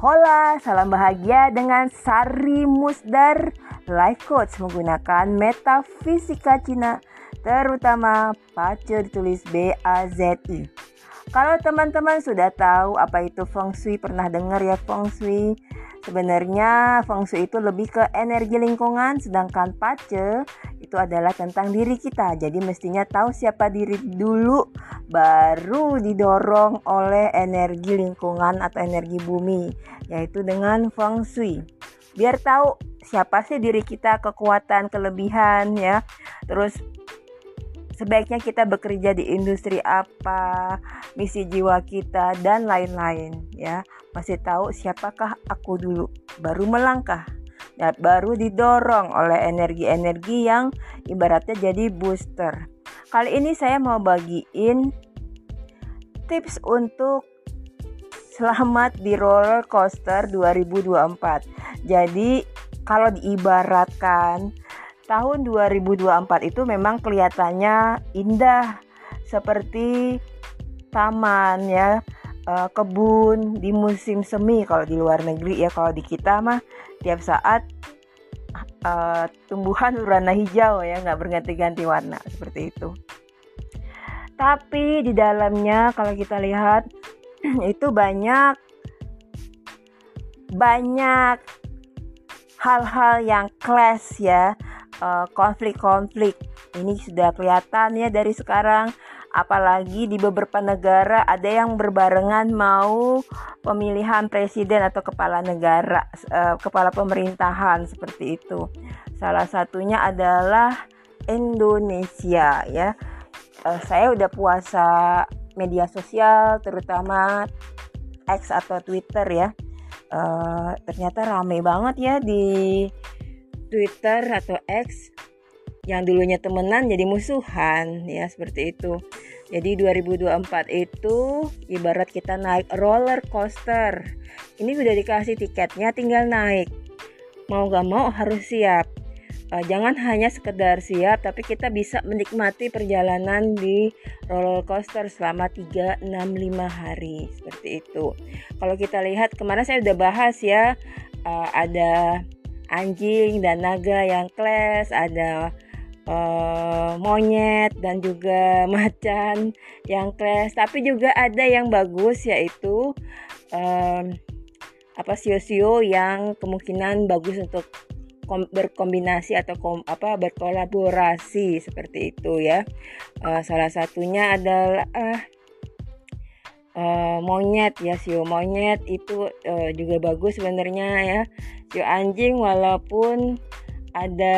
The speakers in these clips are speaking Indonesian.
Hola, salam bahagia dengan Sari Musdar, Life Coach menggunakan metafisika Cina, terutama Pace ditulis B-A-Z-I. Kalau teman-teman sudah tahu apa itu Feng Shui, pernah dengar ya Feng Shui? Sebenarnya Feng Shui itu lebih ke energi lingkungan, sedangkan Pace itu adalah tentang diri kita. Jadi mestinya tahu siapa diri dulu, baru didorong oleh energi lingkungan atau energi bumi, yaitu dengan Feng Shui. Biar tahu siapa sih diri kita, kekuatan, kelebihan ya. Terus sebaiknya kita bekerja di industri apa, misi jiwa kita, dan lain-lain ya. Masih tahu siapakah aku dulu, baru melangkah dan baru didorong oleh energi-energi yang ibaratnya jadi booster. Kali ini saya mau bagiin tips untuk selamat di roller coaster 2024. Jadi kalau diibaratkan tahun 2024 itu memang kelihatannya indah seperti taman ya, kebun di musim semi kalau di luar negeri ya. Kalau di kita mah tiap saat tumbuhan berwarna hijau ya, nggak berganti-ganti warna seperti itu. Tapi di dalamnya kalau kita lihat itu banyak hal-hal yang clash ya, konflik-konflik. Ini sudah kelihatan ya dari sekarang. Apalagi di beberapa negara ada yang berbarengan mau pemilihan presiden atau kepala negara, kepala pemerintahan seperti itu. Salah satunya adalah Indonesia ya. Saya udah puasa media sosial, terutama X atau Twitter ya. Ternyata rame banget ya di Twitter atau X. Yang dulunya temenan jadi musuhan ya, seperti itu. Jadi 2024 itu ibarat kita naik roller coaster. Ini udah dikasih tiketnya, tinggal naik. Mau gak mau harus siap. Jangan hanya sekedar siap, tapi kita bisa menikmati perjalanan di roller coaster selama 3, 6, 5 hari. Seperti itu. Kalau kita lihat kemarin saya udah bahas ya, ada anjing dan naga yang clash, ada monyet dan juga macan yang clash, tapi juga ada yang bagus, yaitu sio-sio yang kemungkinan bagus untuk berkombinasi atau berkolaborasi seperti itu ya. Salah satunya adalah monyet ya, sio monyet itu juga bagus sebenarnya ya. Sio anjing walaupun ada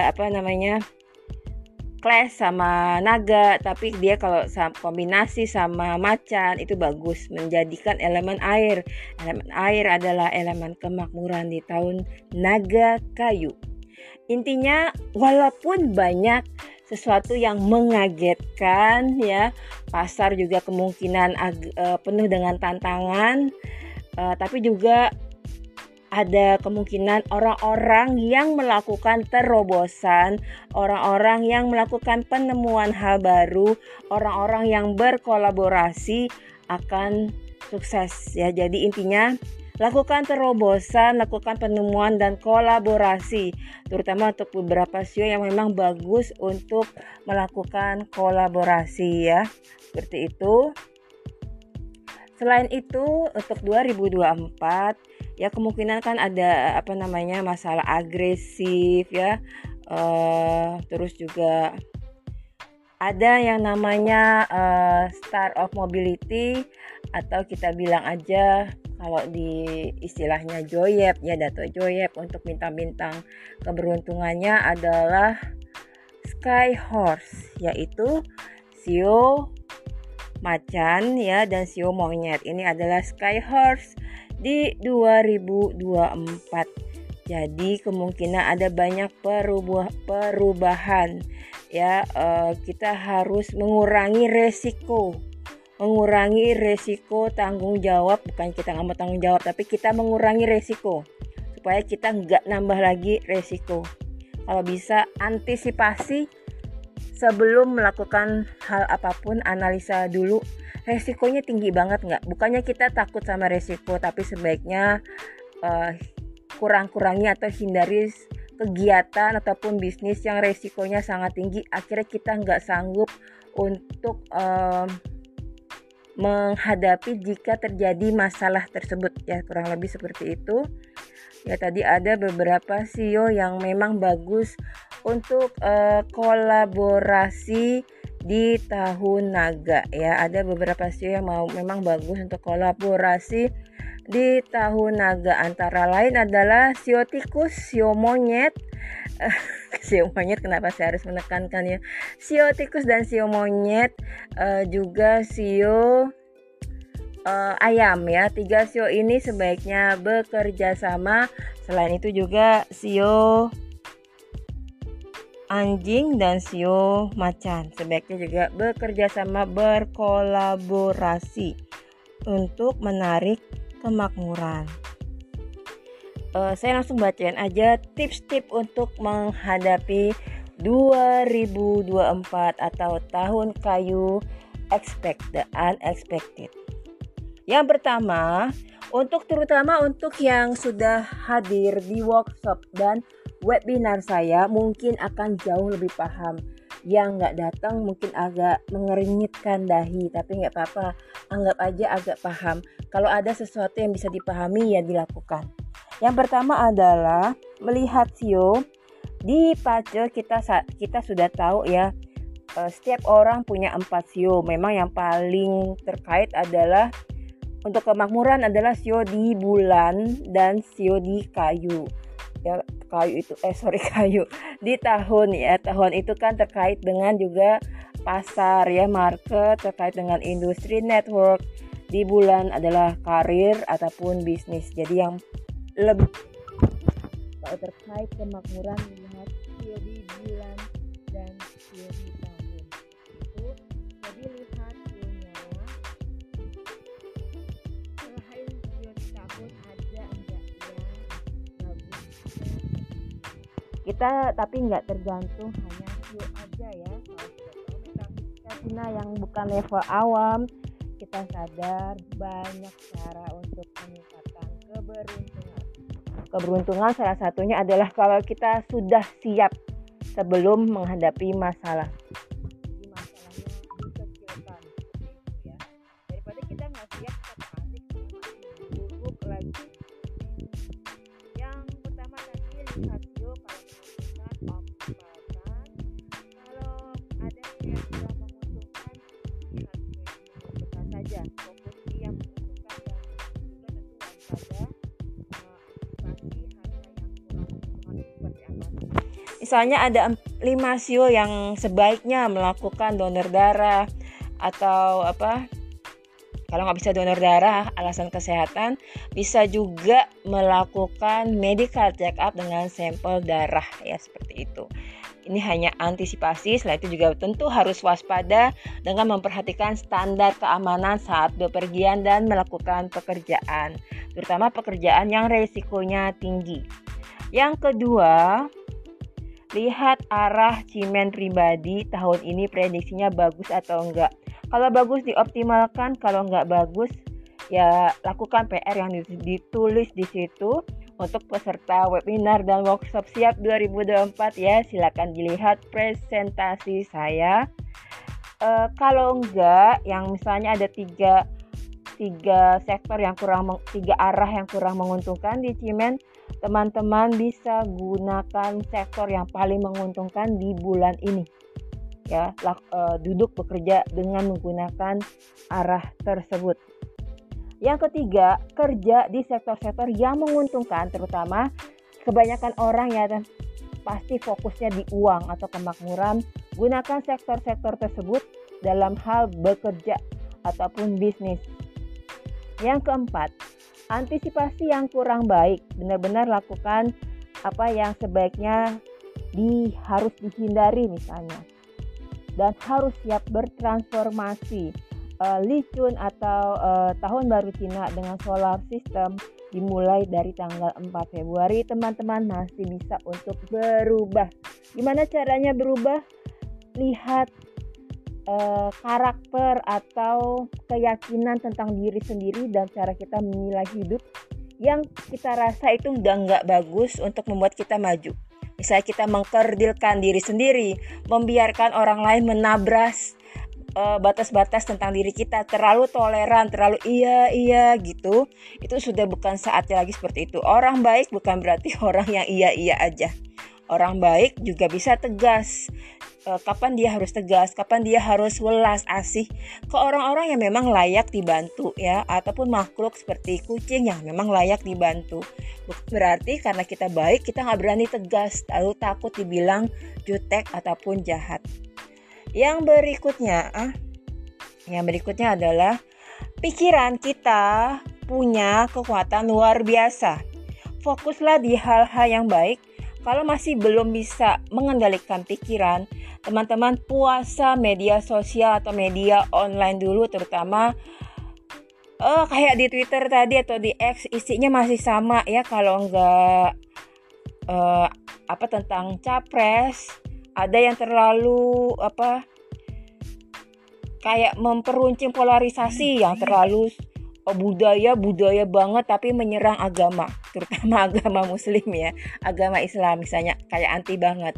clash sama naga, tapi dia kalau kombinasi sama macan itu bagus, menjadikan elemen air. Elemen air adalah elemen kemakmuran di tahun naga kayu. Intinya walaupun banyak sesuatu yang mengagetkan ya, pasar juga kemungkinan penuh dengan tantangan, tapi juga ada kemungkinan orang-orang yang melakukan terobosan, orang-orang yang melakukan penemuan hal baru, orang-orang yang berkolaborasi akan sukses ya. Jadi intinya lakukan terobosan, lakukan penemuan dan kolaborasi, terutama untuk beberapa sio yang memang bagus untuk melakukan kolaborasi ya. Seperti itu. Selain itu untuk 2024 ya kemungkinan kan ada masalah agresif ya, terus juga ada yang namanya star of mobility, atau kita bilang aja kalau di istilahnya Joyep ya, Dato Joyep, untuk bintang-bintang keberuntungannya adalah Sky Horse, yaitu sio macan ya dan sio monyet. Ini adalah Sky Horse di 2024. Jadi kemungkinan ada banyak perubahan ya. Kita harus mengurangi resiko tanggung jawab. Bukan kita nggak mau tanggung jawab, tapi kita mengurangi resiko supaya kita nggak nambah lagi resiko. Kalau bisa antisipasi sebelum melakukan hal apapun analisa dulu resikonya tinggi banget nggak. Bukannya kita takut sama resiko, tapi sebaiknya kurang-kurangi atau hindari kegiatan ataupun bisnis yang resikonya sangat tinggi. Akhirnya kita nggak sanggup untuk menghadapi jika terjadi masalah tersebut, ya kurang lebih seperti itu. Ya tadi ada beberapa CEO yang memang bagus untuk kolaborasi di tahun naga, ya ada beberapa CEO yang memang bagus untuk kolaborasi di tahun naga, antara lain adalah CEO tikus, CEO monyet. CEO monyet, kenapa saya harus menekankan ya, CEO tikus dan CEO monyet, juga CEO ayam ya. 3 CEO ini sebaiknya bekerja sama. Selain itu juga CEO anjing dan CEO macan sebaiknya juga bekerja sama, berkolaborasi untuk menarik kemakmuran. Saya langsung bacain aja tips-tips untuk menghadapi 2024 atau tahun kayu the unexpected. Yang pertama, terutama untuk yang sudah hadir di workshop dan webinar saya, mungkin akan jauh lebih paham. Yang nggak datang mungkin agak mengeringitkan dahi, tapi nggak apa-apa, anggap aja agak paham. Kalau ada sesuatu yang bisa dipahami, ya dilakukan. Yang pertama adalah melihat CEO. Di PACE kita sudah tahu ya, setiap orang punya 4 CEO. Memang yang paling terkait adalah untuk kemakmuran adalah CEO di bulan dan CEO di kayu. Ya, kayu di tahun ya. Tahun itu kan terkait dengan juga pasar ya, market, terkait dengan industri, network. Di bulan adalah karir ataupun bisnis. Jadi yang lebih terkait kemakmuran melihat CEO di bulan dan CEO di tahun itu. Jadi lihat CEO-nya, selain CEO di tahun ada enggak yang bagus. Kita tapi nggak tergantung hanya CEO aja ya. Kalau kita tahu metafisika Cina yang bukan level awam, kita sadar banyak cara untuk meningkatkan keberuntungan. Salah satunya adalah kalau kita sudah siap sebelum menghadapi masalah. Jadi masalahnya dikecilkan ya. Daripada kita nggak siap, kita panik, gugup lagi. Yang pertama tadi lihat CEO, kalau menguntungkan optimalkan. Kalau ada yang kurang menguntungkan, lihat CEO yang menguntungkan saja. Fokus yang menguntungkan dan juga tentu waspada. Misalnya ada 5 CEO yang sebaiknya melakukan donor darah atau kalau nggak bisa donor darah alasan kesehatan, bisa juga melakukan medical check up dengan sampel darah ya, seperti itu. Ini hanya antisipasi. Selain itu juga tentu harus waspada dengan memperhatikan standar keamanan saat bepergian dan melakukan pekerjaan, terutama pekerjaan yang resikonya tinggi. Yang kedua, lihat arah cimen pribadi tahun ini, prediksinya bagus atau enggak. Kalau bagus dioptimalkan, kalau enggak bagus ya lakukan PR yang ditulis di situ. Untuk peserta webinar dan workshop siap 2024 ya, silakan dilihat presentasi saya. Kalau enggak, yang misalnya ada tiga sektor yang tiga arah yang kurang menguntungkan di cimen, teman-teman bisa gunakan sektor yang paling menguntungkan di bulan ini ya. Duduk bekerja dengan menggunakan arah tersebut. Yang ketiga, kerja di sektor-sektor yang menguntungkan, terutama kebanyakan orang ya pasti fokusnya di uang atau kemakmuran. Gunakan sektor-sektor tersebut dalam hal bekerja ataupun bisnis. Yang keempat, antisipasi yang kurang baik. Benar-benar lakukan apa yang sebaiknya harus dihindari misalnya. Dan harus siap bertransformasi. Licun atau tahun baru Cina dengan solar system dimulai dari tanggal 4 Februari. Teman-teman masih bisa untuk berubah. Gimana caranya berubah? lihat karakter atau keyakinan tentang diri sendiri dan cara kita menilai hidup yang kita rasa itu udah nggak bagus untuk membuat kita maju. Misalnya kita mengkerdilkan diri sendiri, membiarkan orang lain menabras batas-batas tentang diri kita, terlalu toleran, terlalu iya gitu, itu sudah bukan saatnya lagi seperti itu. Orang baik bukan berarti orang yang iya aja. Orang baik juga bisa tegas. Kapan dia harus tegas, kapan dia harus welas asih ke orang-orang yang memang layak dibantu ya, ataupun makhluk seperti kucing yang memang layak dibantu. Berarti karena kita baik, kita nggak berani tegas, lalu takut dibilang jutek ataupun jahat. Yang berikutnya adalah pikiran kita punya kekuatan luar biasa. Fokuslah di hal-hal yang baik. Kalau masih belum bisa mengendalikan pikiran, teman-teman puasa media sosial atau media online dulu, terutama kayak di Twitter tadi atau di X, isinya masih sama ya. Kalau enggak tentang capres, ada yang terlalu kayak memperuncing polarisasi yang terlalu budaya banget tapi menyerang agama, terutama agama muslim ya, agama Islam misalnya, kayak anti banget,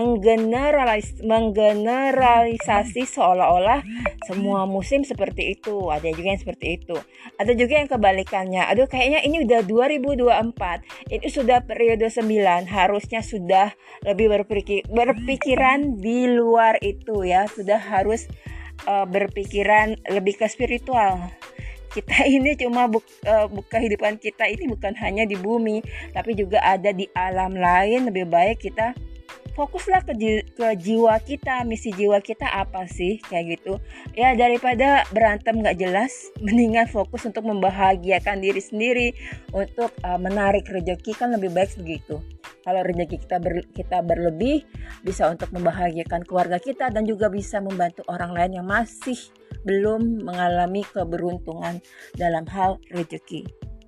menggeneralisasi seolah-olah semua muslim seperti itu. Ada juga yang seperti itu, ada juga yang kebalikannya. Aduh, kayaknya ini udah 2024, ini sudah periode 9, harusnya sudah lebih berpikiran di luar itu ya, sudah harus berpikiran lebih ke spiritual. Kita ini cuma kehidupan kita ini bukan hanya di bumi, tapi juga ada di alam lain. Lebih baik kita fokuslah ke jiwa kita, misi jiwa kita apa sih, kayak gitu ya. Daripada berantem gak jelas, mendingan fokus untuk membahagiakan diri sendiri, untuk menarik rezeki, kan lebih baik begitu. Kalau rezeki kita berlebih, bisa untuk membahagiakan keluarga kita dan juga bisa membantu orang lain yang masih belum mengalami keberuntungan dalam hal rezeki.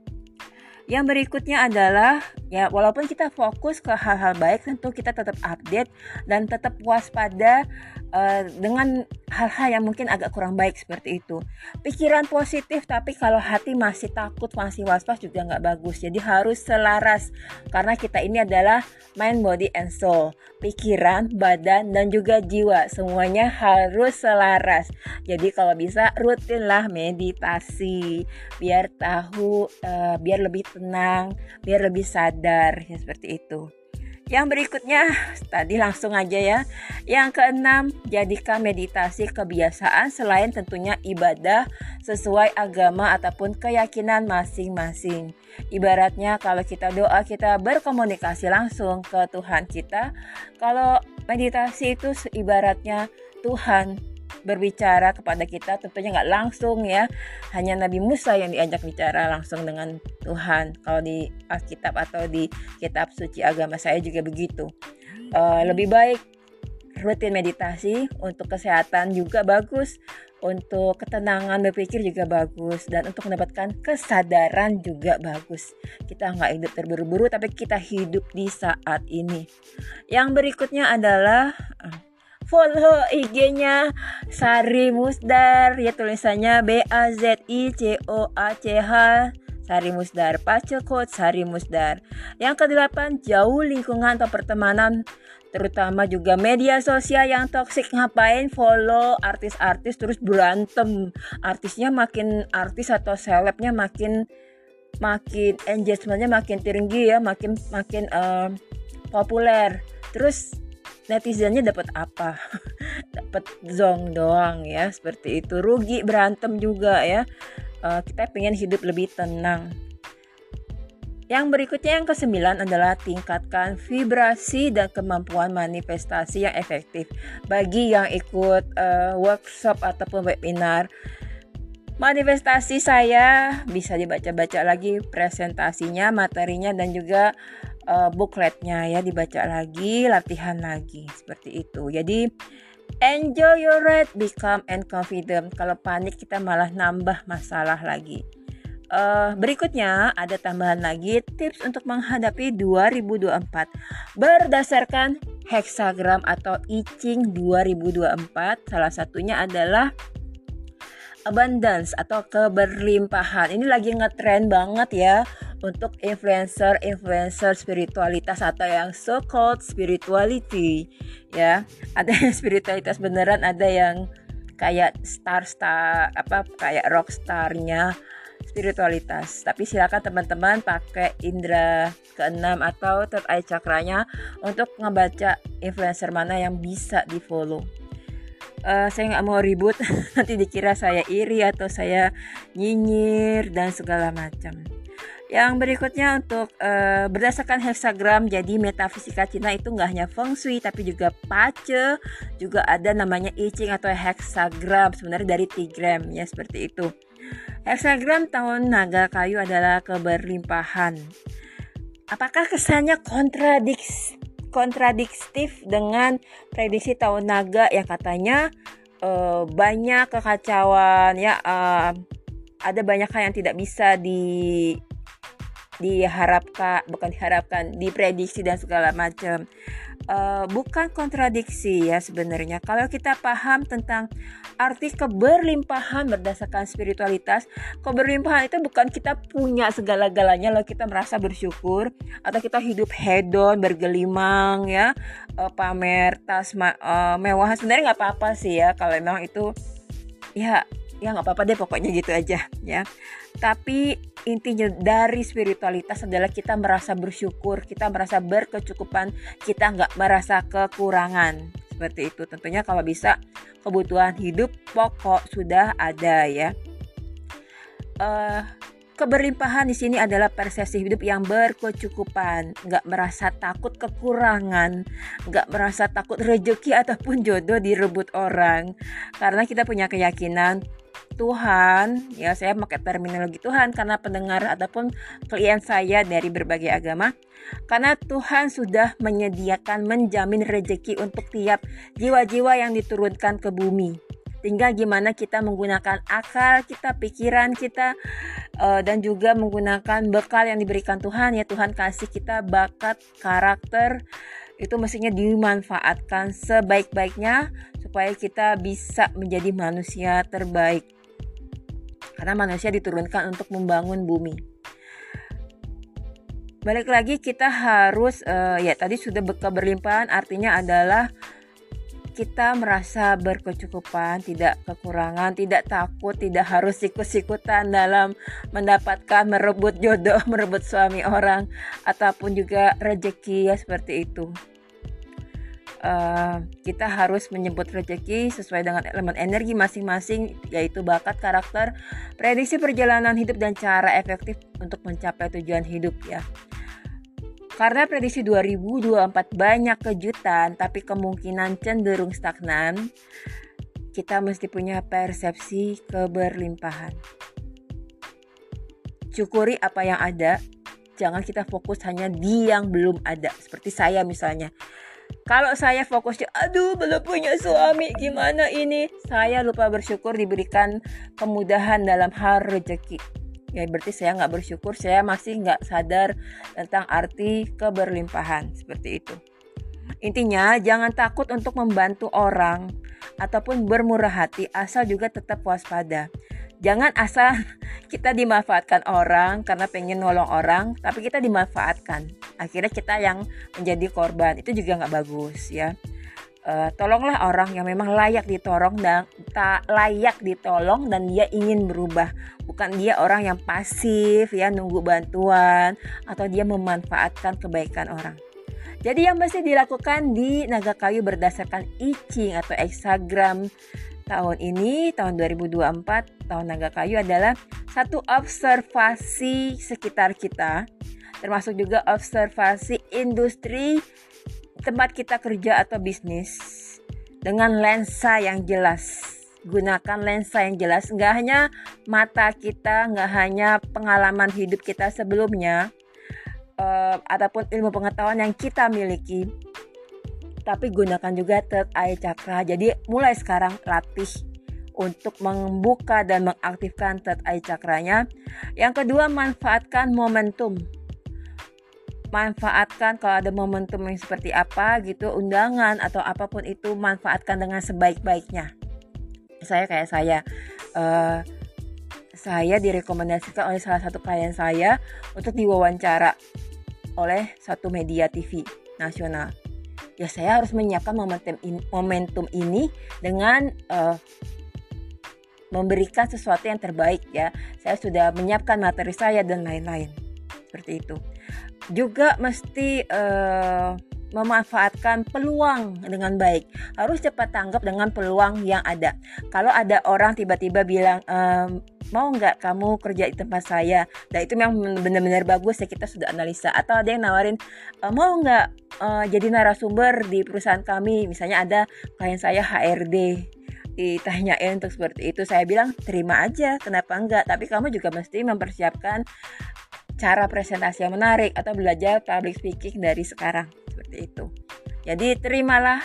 Yang berikutnya adalah ya, walaupun kita fokus ke hal-hal baik, tentu kita tetap update dan tetap waspada dengan hal-hal yang mungkin agak kurang baik seperti itu. Pikiran positif, tapi kalau hati masih takut, masih was-was juga nggak bagus. Jadi harus selaras, karena kita ini adalah mind, body, and soul. Pikiran, badan, dan juga jiwa, semuanya harus selaras. Jadi kalau bisa rutinlah meditasi, biar tahu, biar lebih tenang, biar lebih sadar ya, seperti itu. Yang berikutnya tadi langsung aja ya. Yang keenam, jadikan meditasi kebiasaan selain tentunya ibadah sesuai agama ataupun keyakinan masing-masing. Ibaratnya kalau kita doa, kita berkomunikasi langsung ke Tuhan kita. Kalau meditasi itu ibaratnya Tuhan berbicara kepada kita, tentunya nggak langsung ya, hanya Nabi Musa yang diajak bicara langsung dengan Tuhan. Kalau di Alkitab atau di kitab suci agama saya juga begitu. Lebih baik rutin meditasi, untuk kesehatan juga bagus, untuk ketenangan berpikir juga bagus, dan untuk mendapatkan kesadaran juga bagus. Kita nggak hidup terburu-buru, tapi kita hidup di saat ini. Yang berikutnya adalah follow IG-nya Sari Musdar ya, tulisannya BAZICOACH, Sari Musdar, pace quote Sari Musdar. Yang ke-8, jauh lingkungan atau pertemanan, terutama juga media sosial yang toksik. Ngapain follow artis-artis terus berantem, artisnya makin artis atau selebnya makin engagementnya makin tinggi ya, makin populer, terus netizennya dapat apa? Dapat zong doang ya, seperti itu. Rugi, berantem juga ya. Kita pengen hidup lebih tenang. Yang berikutnya, yang ke-9 adalah tingkatkan vibrasi dan kemampuan manifestasi yang efektif. Bagi yang ikut workshop ataupun webinar manifestasi saya, bisa dibaca-baca lagi presentasinya, materinya, dan juga bookletnya ya, dibaca lagi, latihan lagi, seperti itu. Jadi enjoy your ride, become and confident. Kalau panik kita malah nambah masalah lagi. Berikutnya ada tambahan lagi tips untuk menghadapi 2024 berdasarkan hexagram atau I Ching 2024. Salah satunya adalah abundance atau keberlimpahan. Ini lagi ngetrend banget ya untuk influencer spiritualitas atau yang so called spirituality ya. Ada yang spiritualitas beneran, ada yang kayak kayak rockstarnya spiritualitas. Tapi silakan teman-teman pakai indera keenam atau third eye chakranya untuk ngebaca influencer mana yang bisa di follow. Saya nggak mau ribut nanti dikira saya iri atau saya nyinyir dan segala macam. Yang berikutnya untuk berdasarkan hexagram, jadi metafisika Cina itu nggak hanya feng shui tapi juga pace, juga ada namanya I Ching atau hexagram, sebenarnya dari tigram ya, seperti itu. Hexagram tahun naga kayu adalah keberlimpahan. Apakah kesannya kontradiktif dengan prediksi tahun naga yang katanya banyak kekacauan ya, ada banyak hal yang tidak bisa diprediksi dan segala macam. Bukan kontradiksi ya sebenarnya. Kalau kita paham tentang arti keberlimpahan berdasarkan spiritualitas, keberlimpahan itu bukan kita punya segala-galanya lalu kita merasa bersyukur, atau kita hidup hedon bergelimang ya, pamer tas mewah. Sebenarnya nggak apa-apa sih ya kalau memang itu ya nggak apa-apa deh, pokoknya gitu aja ya. Tapi intinya dari spiritualitas adalah kita merasa bersyukur, kita merasa berkecukupan, kita nggak merasa kekurangan. Seperti itu. Tentunya kalau bisa kebutuhan hidup pokok sudah ada ya. Keberlimpahan di sini adalah persepsi hidup yang berkecukupan, nggak merasa takut kekurangan, nggak merasa takut rezeki ataupun jodoh direbut orang. Karena kita punya keyakinan Tuhan, ya saya pakai terminologi Tuhan karena pendengar ataupun klien saya dari berbagai agama, karena Tuhan sudah menjamin rezeki untuk tiap jiwa-jiwa yang diturunkan ke bumi. Tinggal gimana kita menggunakan akal kita, pikiran kita, dan juga menggunakan bekal yang diberikan Tuhan ya. Tuhan kasih kita bakat, karakter, itu mestinya dimanfaatkan sebaik-baiknya supaya kita bisa menjadi manusia terbaik. Karena manusia diturunkan untuk membangun bumi. Balik lagi kita harus ya tadi sudah keberlimpahan artinya adalah kita merasa berkecukupan, tidak kekurangan, tidak takut, tidak harus sikut-sikutan dalam mendapatkan, merebut jodoh, merebut suami orang ataupun juga rezeki ya, seperti itu. Kita harus menyebut rezeki sesuai dengan elemen energi masing-masing, yaitu bakat, karakter, prediksi perjalanan hidup dan cara efektif untuk mencapai tujuan hidup ya. Karena prediksi 2024 banyak kejutan tapi kemungkinan cenderung stagnan, kita mesti punya persepsi keberlimpahan. Syukuri apa yang ada, jangan kita fokus hanya di yang belum ada. Seperti saya misalnya. Kalau saya fokusnya, aduh belum punya suami, gimana ini? Saya lupa bersyukur diberikan kemudahan dalam hal rezeki. Ya berarti saya nggak bersyukur, saya masih nggak sadar tentang arti keberlimpahan. Seperti itu. Intinya jangan takut untuk membantu orang ataupun bermurah hati, asal juga tetap waspada. Jangan asal kita dimanfaatkan orang karena pengen nolong orang, tapi kita dimanfaatkan. Akhirnya kita yang menjadi korban. Itu juga nggak bagus ya. Tolonglah orang yang memang layak ditolong dan tak layak ditolong dan dia ingin berubah. Bukan dia orang yang pasif ya, nunggu bantuan atau dia memanfaatkan kebaikan orang. Jadi yang mesti dilakukan di naga kayu berdasarkan I Ching atau hexagram tahun ini, tahun 2024, tahun naga kayu adalah satu, observasi sekitar kita, termasuk juga observasi industri tempat kita kerja atau bisnis dengan lensa yang jelas. Gunakan lensa yang jelas, nggak hanya mata kita, nggak hanya pengalaman hidup kita sebelumnya, ataupun ilmu pengetahuan yang kita miliki, tapi gunakan juga third eye chakra. Jadi mulai sekarang latih untuk membuka dan mengaktifkan third eye chakranya. Yang kedua, manfaatkan momentum. manfaatkan kalau ada momentum yang seperti apa gitu, undangan atau apapun itu, manfaatkan dengan sebaik-baiknya. Saya direkomendasikan oleh salah satu klien saya untuk diwawancara oleh satu media TV nasional. Ya saya harus menyiapkan momentum ini dengan memberikan sesuatu yang terbaik ya. Saya sudah menyiapkan materi saya dan lain-lain. Seperti itu. Juga mesti memanfaatkan peluang dengan baik. Harus cepat tanggap dengan peluang yang ada. Kalau ada orang tiba-tiba bilang, mau nggak kamu kerja di tempat saya? Nah itu memang benar-benar bagus ya, kita sudah analisa. Atau ada yang nawarin, mau nggak jadi narasumber di perusahaan kami? Misalnya ada klien saya HRD, ditanyain untuk seperti itu. Saya bilang terima aja, kenapa enggak? Tapi kamu juga mesti mempersiapkan cara presentasi yang menarik atau belajar public speaking dari sekarang, seperti itu. Jadi terimalah,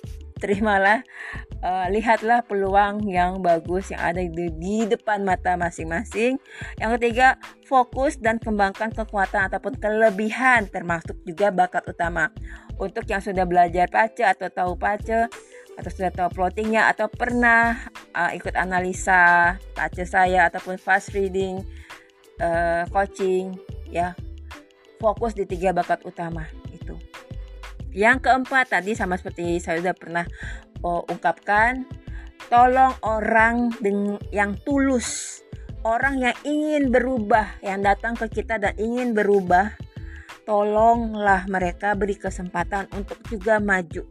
lihatlah peluang yang bagus yang ada di depan mata masing-masing. Yang ketiga, fokus dan kembangkan kekuatan ataupun kelebihan, termasuk juga bakat utama. Untuk yang sudah belajar PACE atau tahu PACE atau sudah tahu plottingnya atau pernah ikut analisa PACE saya ataupun fast reading, coaching ya, fokus di 3 bakat utama itu. Yang keempat tadi sama seperti saya sudah pernah ungkapkan, tolong orang yang tulus, orang yang ingin berubah, yang datang ke kita dan ingin berubah, tolonglah mereka, beri kesempatan untuk juga maju.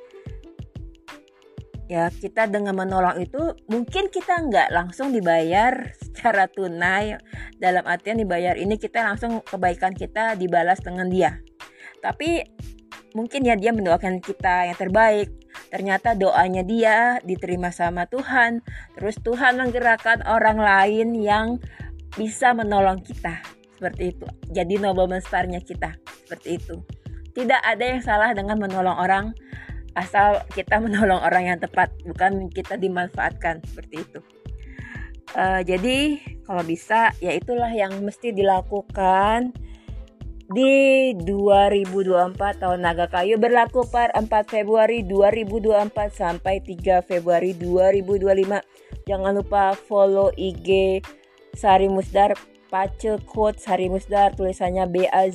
Ya, kita dengan menolong itu mungkin kita nggak langsung dibayar secara tunai, dalam artian dibayar ini kita langsung kebaikan kita dibalas dengan dia. Tapi mungkin ya dia mendoakan kita yang terbaik. Ternyata doanya dia diterima sama Tuhan. Terus Tuhan menggerakkan orang lain yang bisa menolong kita. Seperti itu. Jadi nobleman star-nya kita. Seperti itu. Tidak ada yang salah dengan menolong orang, asal kita menolong orang yang tepat, bukan kita dimanfaatkan, seperti itu. Jadi kalau bisa ya itulah yang mesti dilakukan di 2024 tahun Naga Kayu, berlaku per 4 Februari 2024 sampai 3 Februari 2025. Jangan lupa follow IG Sari Musdar, PACE Quote Sari Musdar, tulisannya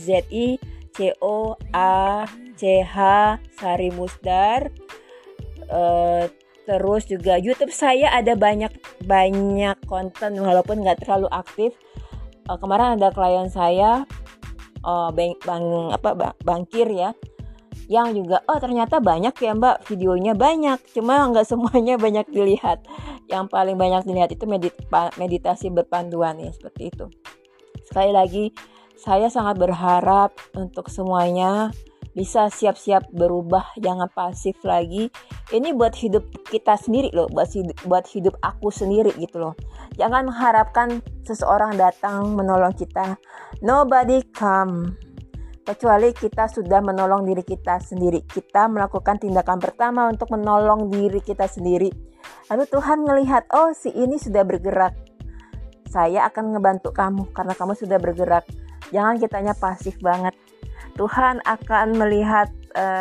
BAZICOACH Sari Musdar. Terus juga YouTube saya ada banyak konten walaupun nggak terlalu aktif. Kemarin ada klien saya bankir ya, yang juga ternyata banyak ya Mbak, videonya banyak, cuma nggak semuanya banyak dilihat. Yang paling banyak dilihat itu meditasi berpanduan ya, seperti itu. Sekali lagi saya sangat berharap untuk semuanya bisa siap-siap berubah, jangan pasif lagi. Ini buat hidup kita sendiri loh, buat hidup aku sendiri gitu loh. Jangan mengharapkan seseorang datang menolong kita. Nobody come kecuali kita sudah menolong diri kita sendiri. Kita melakukan tindakan pertama untuk menolong diri kita sendiri. Lalu Tuhan melihat, oh si ini sudah bergerak, saya akan ngebantu kamu karena kamu sudah bergerak. Jangan kitanya pasif banget. Tuhan akan melihat,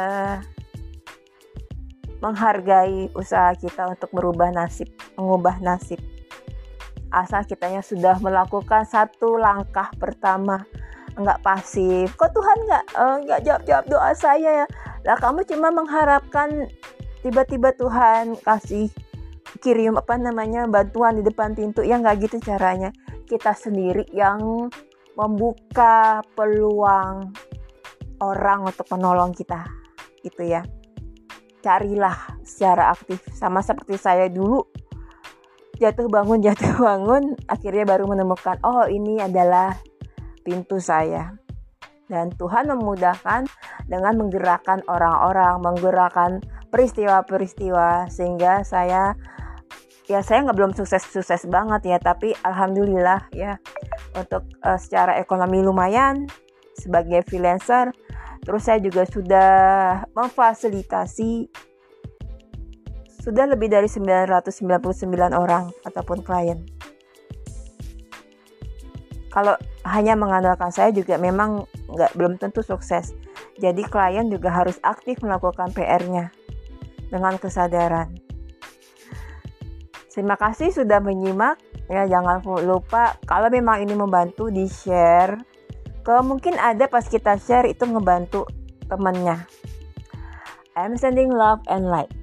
menghargai usaha kita untuk mengubah nasib. Asal kitanya sudah melakukan satu langkah pertama, enggak pasif. Kok Tuhan enggak jawab doa saya ya? Lah kamu cuma mengharapkan tiba-tiba Tuhan kasih kirim bantuan di depan pintu. Ya enggak gitu caranya. Kita sendiri yang membuka peluang orang untuk menolong kita, gitu ya. Carilah secara aktif, sama seperti saya dulu, jatuh bangun, akhirnya baru menemukan, oh ini adalah pintu saya. Dan Tuhan memudahkan dengan menggerakkan orang-orang, menggerakkan peristiwa-peristiwa, sehingga saya belum sukses banget ya, tapi alhamdulillah ya, untuk secara ekonomi lumayan sebagai freelancer. Terus saya juga sudah memfasilitasi sudah lebih dari 999 orang ataupun klien. Kalau hanya mengandalkan saya juga memang belum tentu sukses. Jadi klien juga harus aktif melakukan PR-nya dengan kesadaran. Terima kasih sudah menyimak. Ya, jangan lupa kalau memang ini membantu di-share. Mungkin ada pas kita share itu ngebantu temannya. I'm sending love and light.